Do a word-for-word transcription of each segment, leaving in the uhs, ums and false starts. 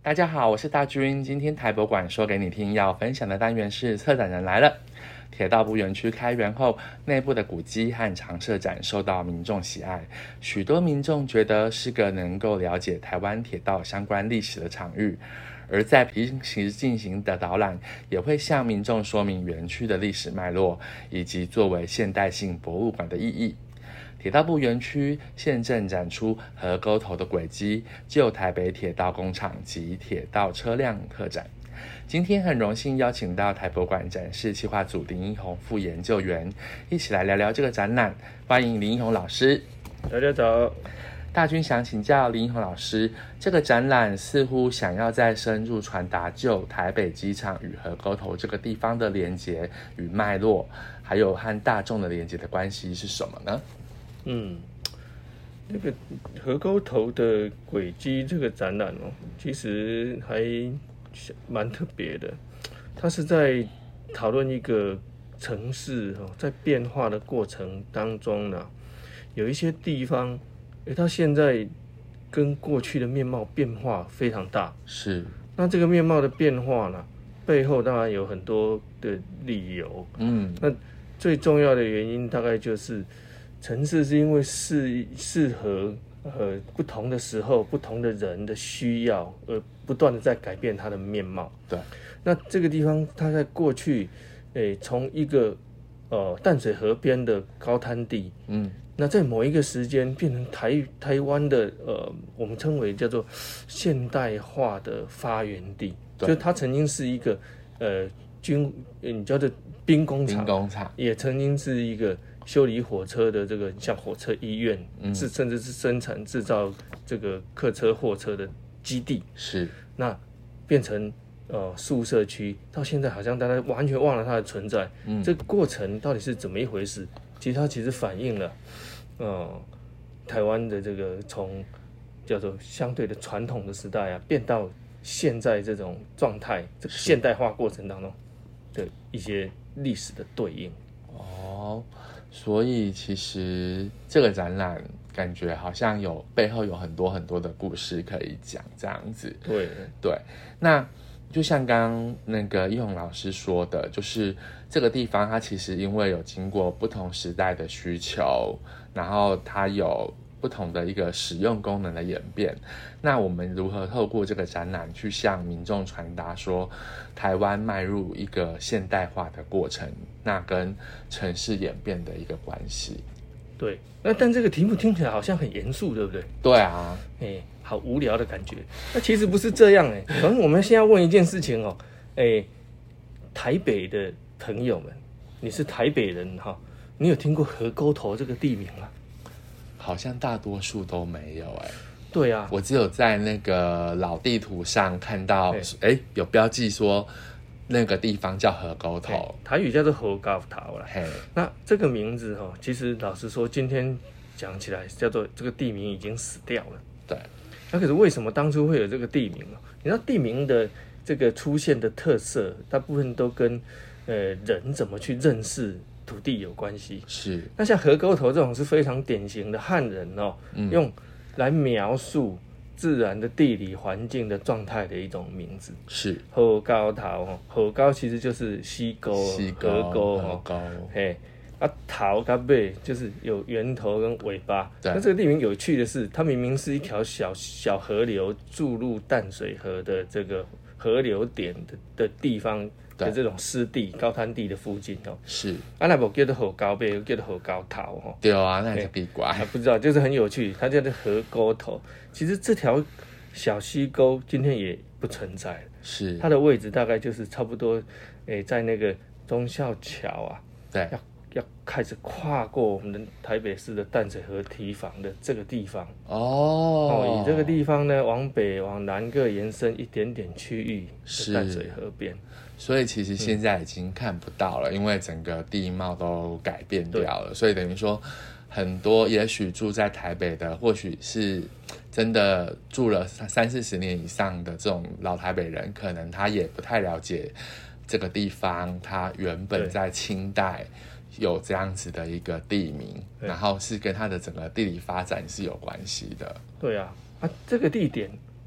大家好，我是大军。今天台博馆说给你听要分享的单元是策展人来了。铁道部园区开园后，内部的古迹和常设展受到民众喜爱，许多民众觉得是个能够了解台湾铁道相关历史的场域。而在平时进行的导览，也会向民众说明园区的历史脉络，以及作为现代性博物馆的意义。铁道部园区现正展出河沟头的轨迹、旧台北铁道工厂及铁道车辆特展。今天很荣幸邀请到台博馆展示企划组林英宏副研究员，一起来聊聊这个展览。欢迎林英宏老师。 大家早。 大军想请教林英宏老师，这个展览似乎想要再深入传达旧台北机场与河沟头这个地方的连结与脉络，还有和大众的连结的关系是什么呢？ 嗯，那个河沟头的轨迹这个展览哦，其实还蛮特别的。它是在讨论一个城市哦，在变化的过程当中呢，有一些地方，诶，它现在跟过去的面貌变化非常大。 是。 那这个面貌的变化呢，背后当然有很多的理由。嗯，那最重要的原因大概就是。城市是因为适适合呃不同的时候、不同的人的需要，而不断的在改变它的面貌。 对。 那这个地方，它在过去，诶，从一个呃淡水河边的高滩地，嗯，那在某一个时间变成台台湾的呃，我们称为叫做现代化的发源地，就是它曾经是一个呃军，你叫做兵工厂， 兵工厂也曾经是一个。修理火车的这个像火车医院，嗯、甚至是生产制造这个客车货车的基地， 是那变成呃宿舍区，到现在好像大家完全忘了它的存在。嗯，这个过程到底是怎么一回事？其实它其实反映了呃台湾的这个从叫做相对的传统的时代啊，变到现在这种状态，这个现代化过程当中的一些历史的对应。 哦。所以其实这个展览感觉好像有背后有很多很多的故事可以讲，这样子。 对对，那就像刚刚那个易宏老师说的，就是这个地方它其实因为有经过不同时代的需求，然后它有不同的一个使用功能的演变。那我们如何透过这个展览去向民众传达说台湾迈入一个现代化的过程，那跟城市演变的一个关系？ 对，那但这个题目听起来好像很严肃，对不对？ 对啊， 哎，好无聊的感觉。那其实不是这样哎，可能我们现在问一件事情哦，哎，台北的朋友们，你是台北人哈，你有听过河沟头这个地名吗？ 好像大多数都没有哎。 对啊， 我只有在那个老地图上看到，哎，有标记说那个地方叫河沟头， 台语叫做河沟头啦。那这个名字哈，其实老实说，今天讲起来叫做这个地名已经死掉了。 对。 那可是为什么当初会有这个地名呢？你知道地名的这个出现的特色，大部分都跟呃人怎么去认识土地有关系。 是。 那像河沟头这种是非常典型的汉人哦，嗯、用来描述自然的地理环境的状态的一种名字。 是。 河沟头哦，河沟其实就是溪沟、 溪沟、 河沟河沟。 嘿，啊头跟尾就是有源头跟尾巴。 对。 那这个地名有趣的是，它明明是一条小小河流注入淡水河的这个河流点 的, 的地方。的这种湿地、高滩地的附近哦， 是啊，那不叫做河沟背，叫做河沟头哦。 对啊，那是奇怪， 不知道，就是很有趣，它叫做河沟头。其实这条小溪沟今天也不存在了， 是它的位置大概就是差不多，诶，在那个忠孝桥啊， 对， 要要开始跨过我们的台北市的淡水河堤防的这个地方哦。哦，以这个地方呢，往北往南各延伸一点点区域的淡水河边。 所以其实现在已经看不到了，嗯、因为整个地貌都改变掉了，所以等于说很多也许住在台北的，或许是真的住了三四十年以上的这种老台北人，可能他也不太了解这个地方，它原本在清代有这样子的一个地名，然后是跟它的整个地理发展是有关系的。 对啊，啊，这个地点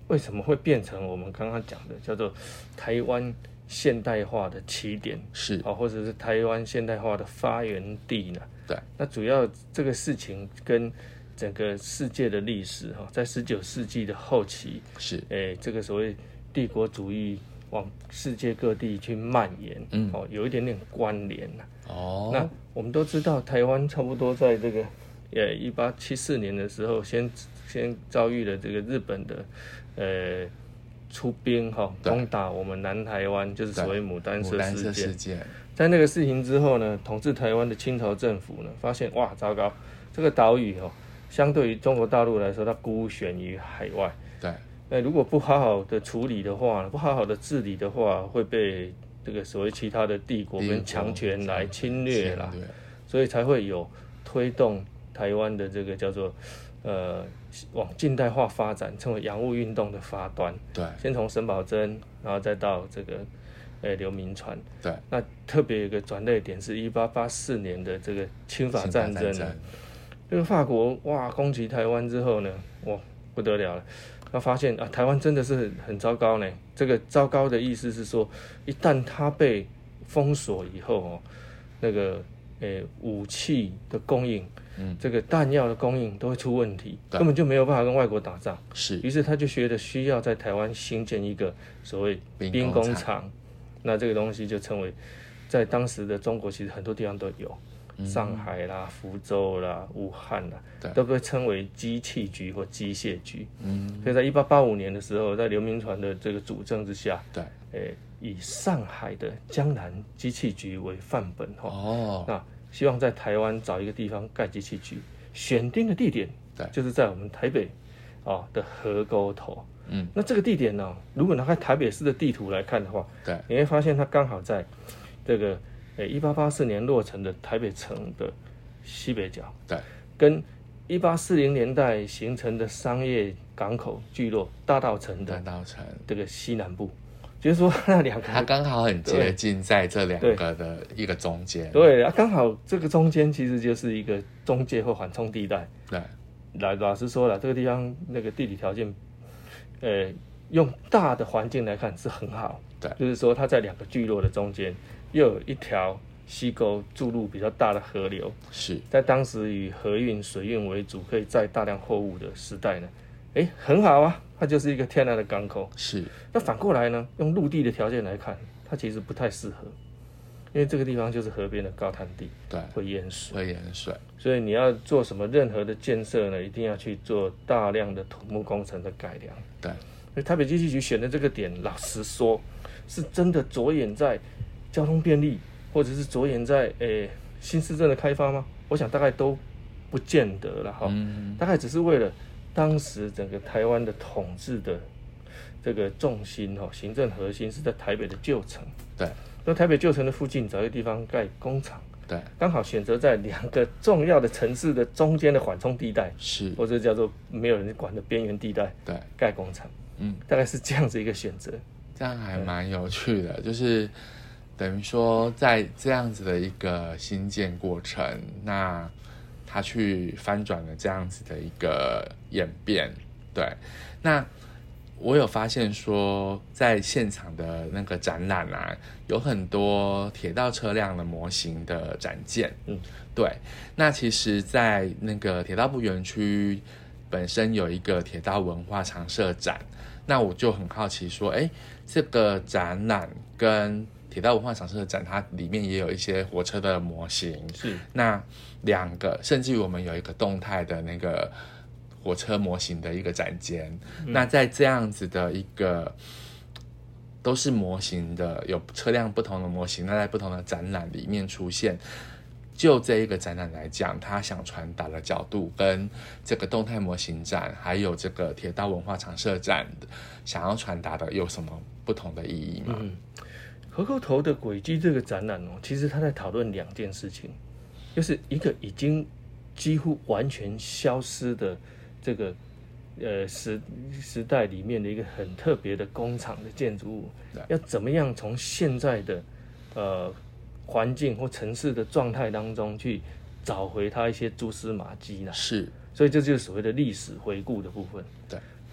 为什么会变成我们刚刚讲的叫做台湾现代化的起点， 是哦，或者是台湾现代化的发源地呢？ 对， 那主要这个事情跟整个世界的历史哈，在十九世纪的后期， 是， 诶，这个所谓帝国主义往世界各地去蔓延，嗯，哦，有一点点关联呐。哦，那我们都知道，台湾差不多在这个呃一八七四年的时候，先先遭遇了这个日本的呃出兵哈，攻打我们南台湾，就是所谓牡丹社事件。事件在那个事情之后呢，统治台湾的清朝政府呢，发现哇，糟糕，这个岛屿哦，相对于中国大陆来说，它孤悬于海外。 对， 那如果不好好的处理的话，不好好的治理的话，会被这个所谓其他的帝国跟强权来侵略啦，所以才会有推动台湾的这个叫做呃往近代化发展，称为洋务运动的发端。 对， 先从沈葆桢，然后再到这个呃刘铭传。 对， 那特别有一个转捩点是一八八四年的这个清法战争呢。这个法国哇攻击台湾之后呢，哇不得了了。他发现啊，台湾真的是很糟糕呢。这个糟糕的意思是说，一旦它被封锁以后哦，那个诶武器的供应，嗯，这个弹药的供应都会出问题，根本就没有办法跟外国打仗。 是， 于是他就觉得需要在台湾兴建一个所谓兵工厂。那这个东西就称为，在当时的中国其实很多地方都有。上海啦、福州啦、武汉啦，都被称为机器局或机械局。嗯，所以在一八八五年的时候，在刘铭传的这个主政之下，对，诶，以上海的江南机器局为范本哈。哦，那希望在台湾找一个地方盖机器局，选定的地点，对，就是在我们台北啊的河沟头。嗯，那这个地点呢，如果拿开台北市的地图来看的话，对，你会发现它刚好在这个。一八八四年落成的台北城的西北角，对，跟一八四零年代形成的商业港口聚落大稻埕的大稻埕这个西南部，就是说那两个它刚好很接近在这两个的一个中间， 对，啊，刚好这个中间其实就是一个中介或缓冲地带。对，来老实说了，这个地方那个地理条件，呃，用大的环境来看是很好，对，就是说它在两个聚落的中间。又有一条溪沟注入比较大的河流，是在当时以河运、水运为主，可以载大量货物的时代呢，哎，很好啊，它就是一个天然的港口。是，那反过来呢，用陆地的条件来看，它其实不太适合，因为这个地方就是河边的高滩地，对，会淹水， 会淹水， 所以你要做什么任何的建设呢，一定要去做大量的土木工程的改良。对，所以台北机器局选的这个点，老实说，是真的着眼在交通便利，或者是着眼在诶新市镇的开发吗？我想大概都不见得了哈、嗯，大概只是为了当时整个台湾的统治的这个重心哈，行政核心是在台北的旧城。对，那台北旧城的附近找一个地方盖工厂，对，刚好选择在两个重要的城市的中间的缓冲地带，是或者叫做没有人管的边缘地带，对，盖工厂，嗯，大概是这样子一个选择。 这样还蛮有趣的，就是等于说在这样子的一个新建过程，那他去翻转了这样子的一个演变。对，那我有发现说在现场的那个展览啊，有很多铁道车辆的模型的展件。嗯，对，那其实在那个铁道部园区本身有一个铁道文化常设展，那我就很好奇说，哎，这个展览跟铁道文化常设展，它里面也有一些火车的模型，是那两个，甚至于我们有一个动态的那个火车模型的一个展间。嗯、那在这样子的一个都是模型的，有车辆不同的模型，那在不同的展览里面出现。就这一个展览来讲，他想传达的角度跟这个动态模型展，还有这个铁道文化常设展想要传达的有什么不同的意义吗？嗯， 河沟头的轨迹这个展览哦，其实他在讨论两件事情，就是一个已经几乎完全消失的这个呃时时代里面的一个很特别的工厂的建筑物，要怎么样从现在的呃环境或城市的状态当中去找回它一些蛛丝马迹呢？是，所以这就是所谓的历史回顾的部分。对，哦，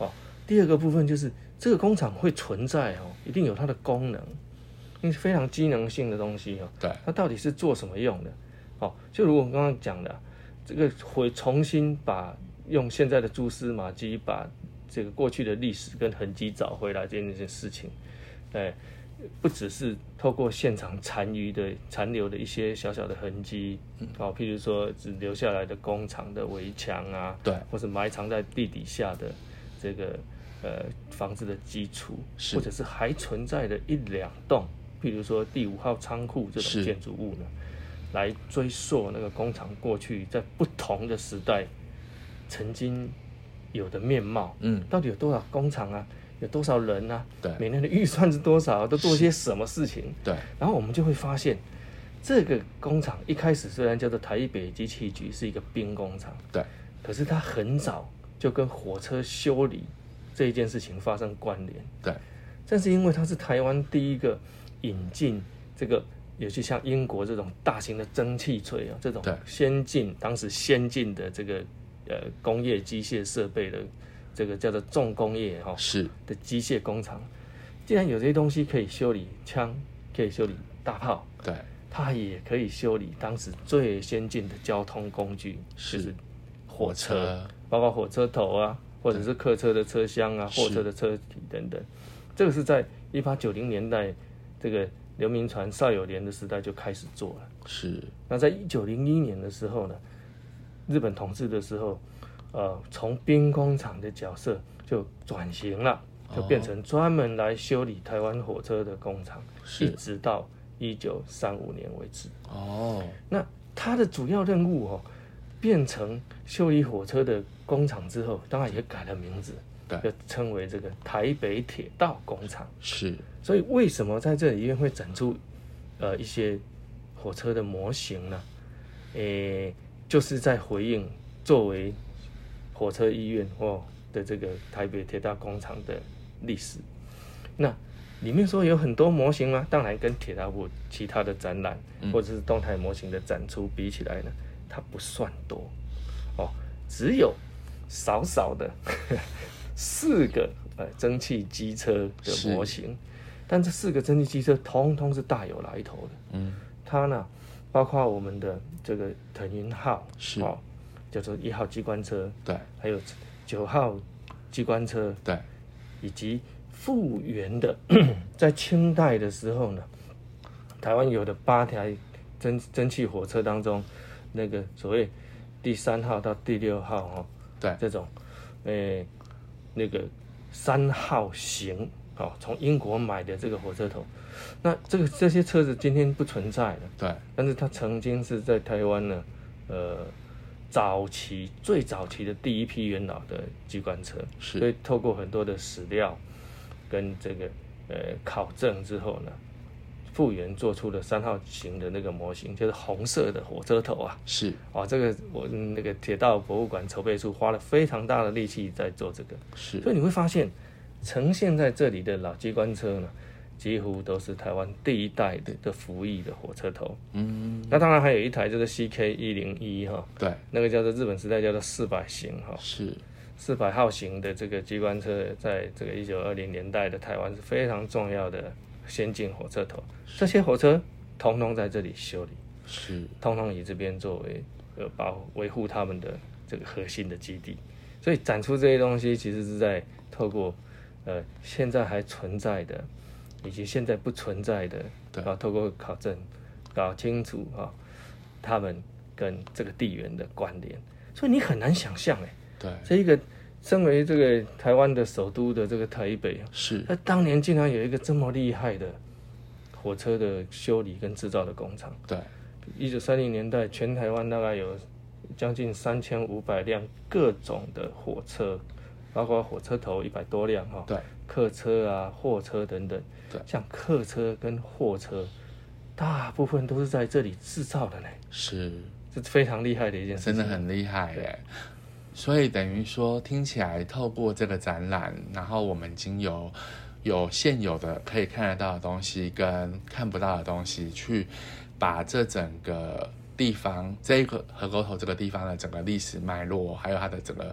第二个部分就是这个工厂会存在哦，一定有它的功能，因为非常机能性的东西哦。 对， 它到底是做什么用的？哦，就如我刚刚讲的，这个会重新把用现在的蛛丝马迹把这个过去的历史跟痕迹找回来这件事情，哎，不只是透过现场残余的残留的一些小小的痕迹，哦，譬如说只留下来的工厂的围墙啊， 对， 或是埋藏在地底下的这个呃房子的基础，或者是还存在的一两栋，譬如说第五号仓库这种建筑物呢，来追溯那个工厂过去在不同的时代曾经有的面貌，嗯，到底有多少工厂啊？有多少人啊？对，每年的预算是多少？都做些什么事情？对，然后我们就会发现，这个工厂一开始虽然叫做台北机器局，是一个兵工厂，对，可是它很早就跟火车修理这一件事情发生关联，对，正是因为它是台湾第一个引进这个，尤其像英国这种大型的蒸汽锤啊，这种先进当时先进的这个呃工业机械设备的。这个叫做重工业哈，是的机械工厂，既然有这些东西可以修理枪，可以修理大炮，对，它也可以修理当时最先进的交通工具，是就是火车，包括火车头啊，或者是客车的车厢啊，货车的车体等等。这个是在一八九零年代，这个刘铭传、邵友莲的时代就开始做了。是，那在一九零一年的时候呢，日本统治的时候。呃，从兵工厂的角色就转型了，就变成专门来修理台湾火车的工厂，一直到一九三五年为止。哦，那它的主要任务哦，变成修理火车的工厂之后，当然也改了名字，对，就称为这个台北铁道工厂。是，所以为什么在这里面会展出呃一些火车的模型呢？诶，就是在回应作为火车医院哦的这个台北铁道工厂的历史，那里面说有很多模型吗？当然跟铁道部其他的展览、嗯、或者是动态模型的展出比起来呢，它不算多哦，只有少少的呵呵四个呃蒸汽机车的模型，但这四个蒸汽机车通通是大有来头的。嗯，它呢包括我们的这个腾云号是哦。叫做一号机关车，对，还有九号机关车，对，以及复原的，在清代的时候呢，台湾有的八台蒸蒸汽火车当中，那个所谓第三号到第六号哦，对，这种，诶，那个三号型哦，从英国买的这个火车头，那这个这些车子今天不存在了，对，但是它曾经是在台湾呢，呃。早期最早期的第一批元老的机关车，所以透过很多的史料跟这个呃考证之后呢，复原做出了三号型的那个模型，就是红色的火车头啊。是哦，这个我那个铁道博物馆筹备处花了非常大的力气在做这个。是，所以你会发现呈现在这里的老机关车呢，几乎都是台湾第一代的的服役的火车头。嗯，那当然还有一台就是 C K 一零一哈，对，那个叫做日本时代叫做四百型哈，是四百号型的这个机关车，在这个一九二零年代的台湾是非常重要的先进火车头。这些火车通通在这里修理，是通通以这边作为呃保维护他们的这个核心的基地。所以展出这些东西，其实是在透过呃现在还存在的。以及现在不存在的，啊，透过考证搞清楚啊，他们跟这个地缘的关联，所以你很难想象哎，对，这一个身为这个台湾的首都的这个台北，是，它当年竟然有一个这么厉害的火车的修理跟制造的工厂，对，一九三零年代全台湾大概有将近三千五百辆各种的火车，包括火车头一百多辆哈，对。客车啊、货车等等，像客车跟货车，大部分都是在这里制造的呢。是，这是非常厉害的一件事情，真的很厉害耶。所以等于说，听起来透过这个展览，然后我们已经有有现有的可以看得到的东西，跟看不到的东西，去把这整个地方这个河沟头这个地方的整个历史脉络，还有它的整个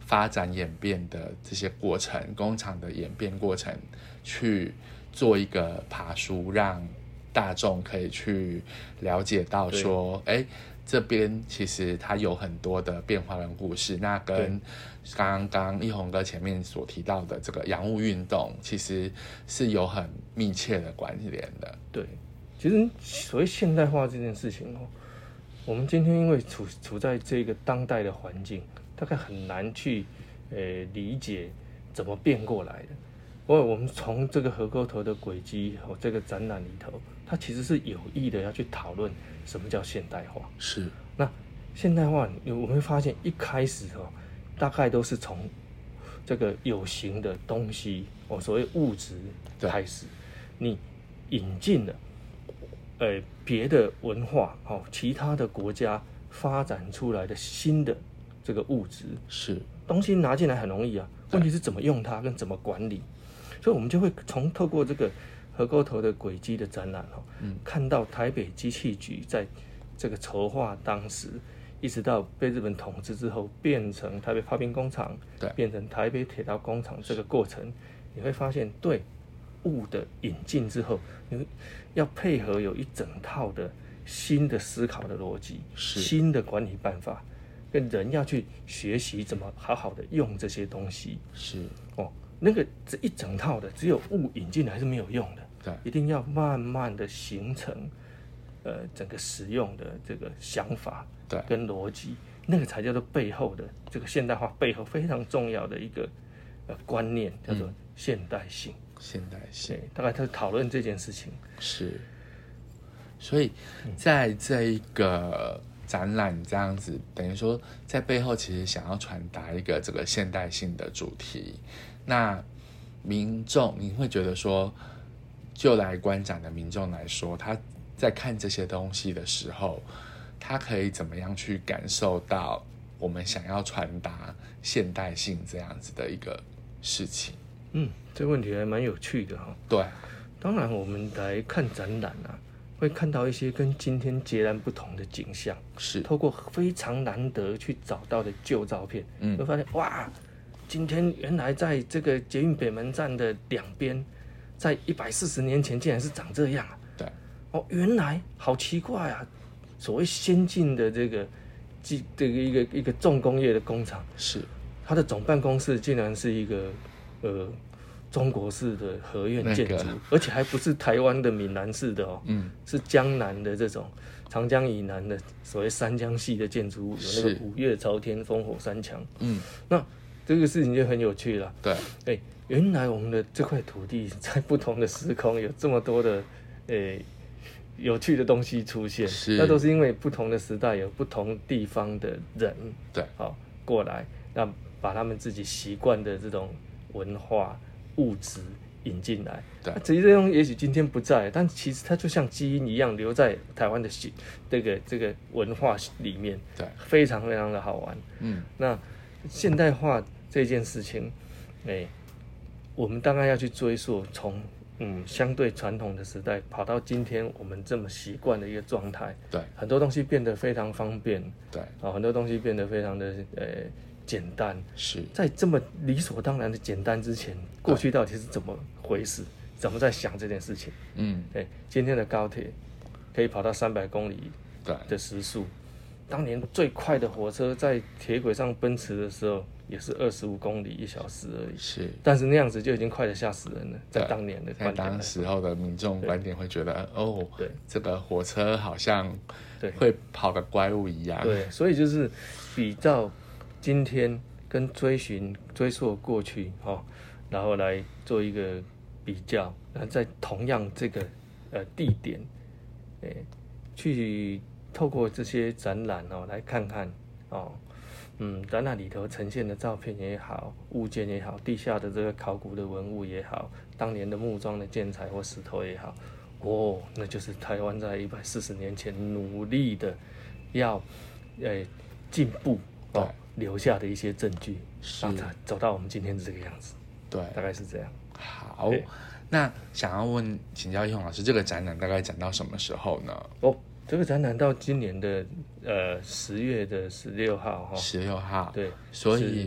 发展演变的这些过程，工厂的演变过程，去做一个爬书，让大众可以去了解到说，哎，这边其实它有很多的变化跟故事。那跟刚刚一宏哥前面所提到的这个洋务运动，其实是有很密切的关联的。 对，其实所谓现代化这件事情哦，我们今天因为处处在这个当代的环境，大概很难去呃理解怎么变过来的。因为我们从这个河沟头的轨迹和这个展览里头，它其实是有意的要去讨论什么叫现代化。 是， 那现代化，我们会发现一开始哦，大概都是从这个有形的东西哦，所谓物质开始，你引进了呃别的文化哦，其他的国家发展出来的新的这个物质， 是东西拿进来很容易啊，问题是怎么用它跟怎么管理。所以我们就会从透过这个河沟头的轨迹的展览哦，嗯，看到台北机器局在这个筹划当时，一直到被日本统治之后，变成台北炮兵工厂，对，变成台北铁道工厂这个过程，你会发现，对物的引进之后，你要配合有一整套的新的思考的逻辑，新的管理办法，跟人要去学习怎么好好的用这些东西，是哦。那个这一整套的，只有物引进来是没有用的，对，一定要慢慢的形成，呃，整个使用的这个想法，对，跟逻辑，那个才叫做背后的这个现代化背后非常重要的一个呃观念，叫做现代性。嗯、 现代性， 大概他讨论这件事情是，所以在这一个展览这样子，等于说在背后其实想要传达一个这个现代性的主题。那民众，你会觉得说，就来观展的民众来说，他在看这些东西的时候，他可以怎么样去感受到我们想要传达现代性这样子的一个事情？ 嗯，这个问题还蛮有趣的哈。 对， 当然我们来看展览啊，会看到一些跟今天截然不同的景象，是透过非常难得去找到的旧照片，嗯，会发现哇。今天原来在这个捷运北门站的两边，在一百四十年前竟然是长这样啊！对，哦，原来好奇怪啊！所谓先进的这个，这个一个一个重工业的工厂，是它的总办公室竟然是一个呃中国式的合院建筑，那个、而且还不是台湾的闽南式的哦，嗯，是江南的这种长江以南的所谓三江系的建筑物，有那个五岳朝天、烽火三墙，嗯，那。这个事情就很有趣了。对，哎，原来我们的这块土地在不同的时空有这么多的，诶，有趣的东西出现，那都是因为不同的时代有不同地方的人，对，好、哦、过来，那把他们自己习惯的这种文化物质引进来。对，这些东西也许今天不在，但其实它就像基因一样留在台湾的这个这个文化里面，对，非常非常的好玩。嗯，那现代化这件事情，哎，我们当然要去追溯，从嗯相对传统的时代跑到今天我们这么习惯的一个状态。对，很多东西变得非常方便。对，啊，很多东西变得非常的呃简单。是在这么理所当然的简单之前，过去到底是怎么回事？怎么在想这件事情？嗯，哎，今天的高铁可以跑到三百公里的时速。当年最快的火车在铁轨上奔驰的时候，也是二十五公里一小时而已。是，但是那样子就已经快得吓死人了。在当年的观点， 在当时候的民众观点会觉得，哦，对，这个火车好像会跑的怪物一样。 对，所以就是比较今天跟追寻追溯过去，哦，然后来做一个比较，然后在同样这个呃地点，诶，去。透过这些展览哦，来看看哦，嗯，展览里头呈现的照片也好，物件也好，地下的这个考古的文物也好，当年的木桩的建材或石头也好，哦，那就是台湾在一百四十年前努力的要，呃，进步哦留下的一些证据，让它走到我们今天的这个样子。对，大概是这样。 好，那想要问请教一宏老师，这个展览大概展到什么时候呢？ 哦。这个展览到今年的呃十月的十六号哈， 十六号， 对， 所以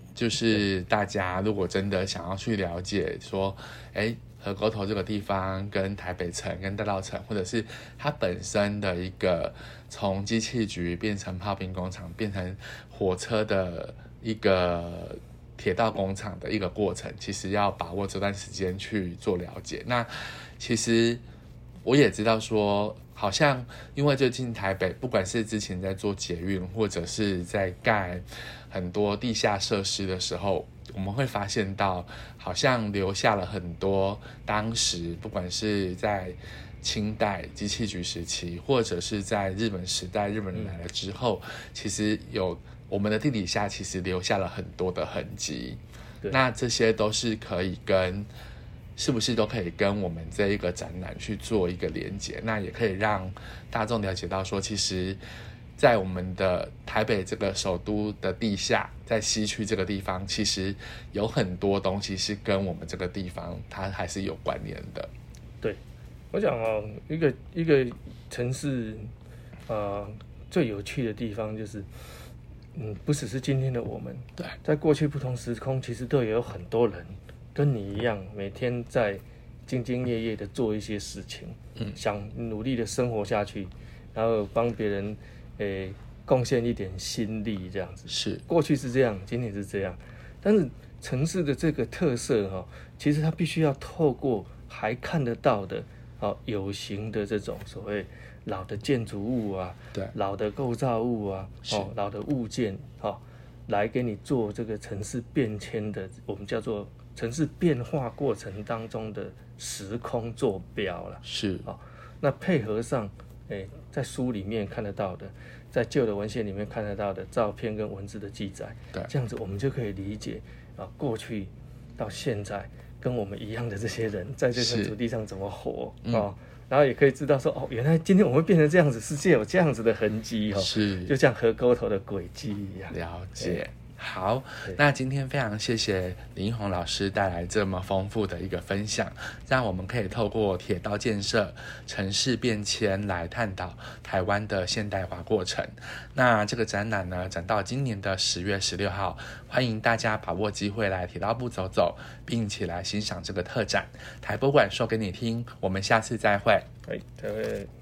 就是大家如果真的想要去了解说，哎，河沟头这个地方跟台北城跟大稻埕，或者是它本身的一个从机器局变成炮兵工厂变成火车的一个铁道工厂的一个过程，其实要把握这段时间去做了解。那其实我也知道说，好像因为最近台北不管是之前在做捷运或者是在盖很多地下设施的时候，我们会发现到好像留下了很多当时不管是在清代机器局时期，或者是在日本时代日本人来了之后，嗯、其实有我们的地底下其实留下了很多的痕迹。那这些都是可以跟是不是都可以跟我们这一个展览去做一个连结，那也可以让大众了解到说，其实在我们的台北这个首都的地下，在西区这个地方，其实有很多东西是跟我们这个地方它还是有关联的。 对，我想哦，一个一个城市，呃，最有趣的地方就是，嗯，不只是今天的我们， 对， 在过去不同时空，其实都有很多人跟你一样，每天在兢兢业业的做一些事情，嗯，想努力的生活下去，然后帮别人。诶，贡献一点心力，这样子是过去是这样，今天是这样，但是城市的这个特色哈、哦，其实它必须要透过还看得到的哦有形的这种所谓老的建筑物啊， 对， 老的构造物啊，哦，老的物件哦，来给你做这个城市变迁的，我们叫做城市变化过程当中的时空坐标了， 是哦，那配合上。诶，在书里面看得到的，在旧的文献里面看得到的照片跟文字的记载， 对， 这样子我们就可以理解啊，过去到现在跟我们一样的这些人在这片土地上怎么活啊、哦嗯，然后也可以知道说，哦，原来今天我们变成这样子，世界有这样子的痕迹哦， 是， 就像河沟头的轨迹一样。 了解。好，那今天非常谢谢林一宏老师带来这么丰富的一个分享，让我们可以透过铁道建设、城市变迁来探讨台湾的现代化过程。那这个展览呢，展到今年的十月十六号，欢迎大家把握机会来铁道部走走，并且来欣赏这个特展。台博馆说给你听，我们下次再会。 哎，再会。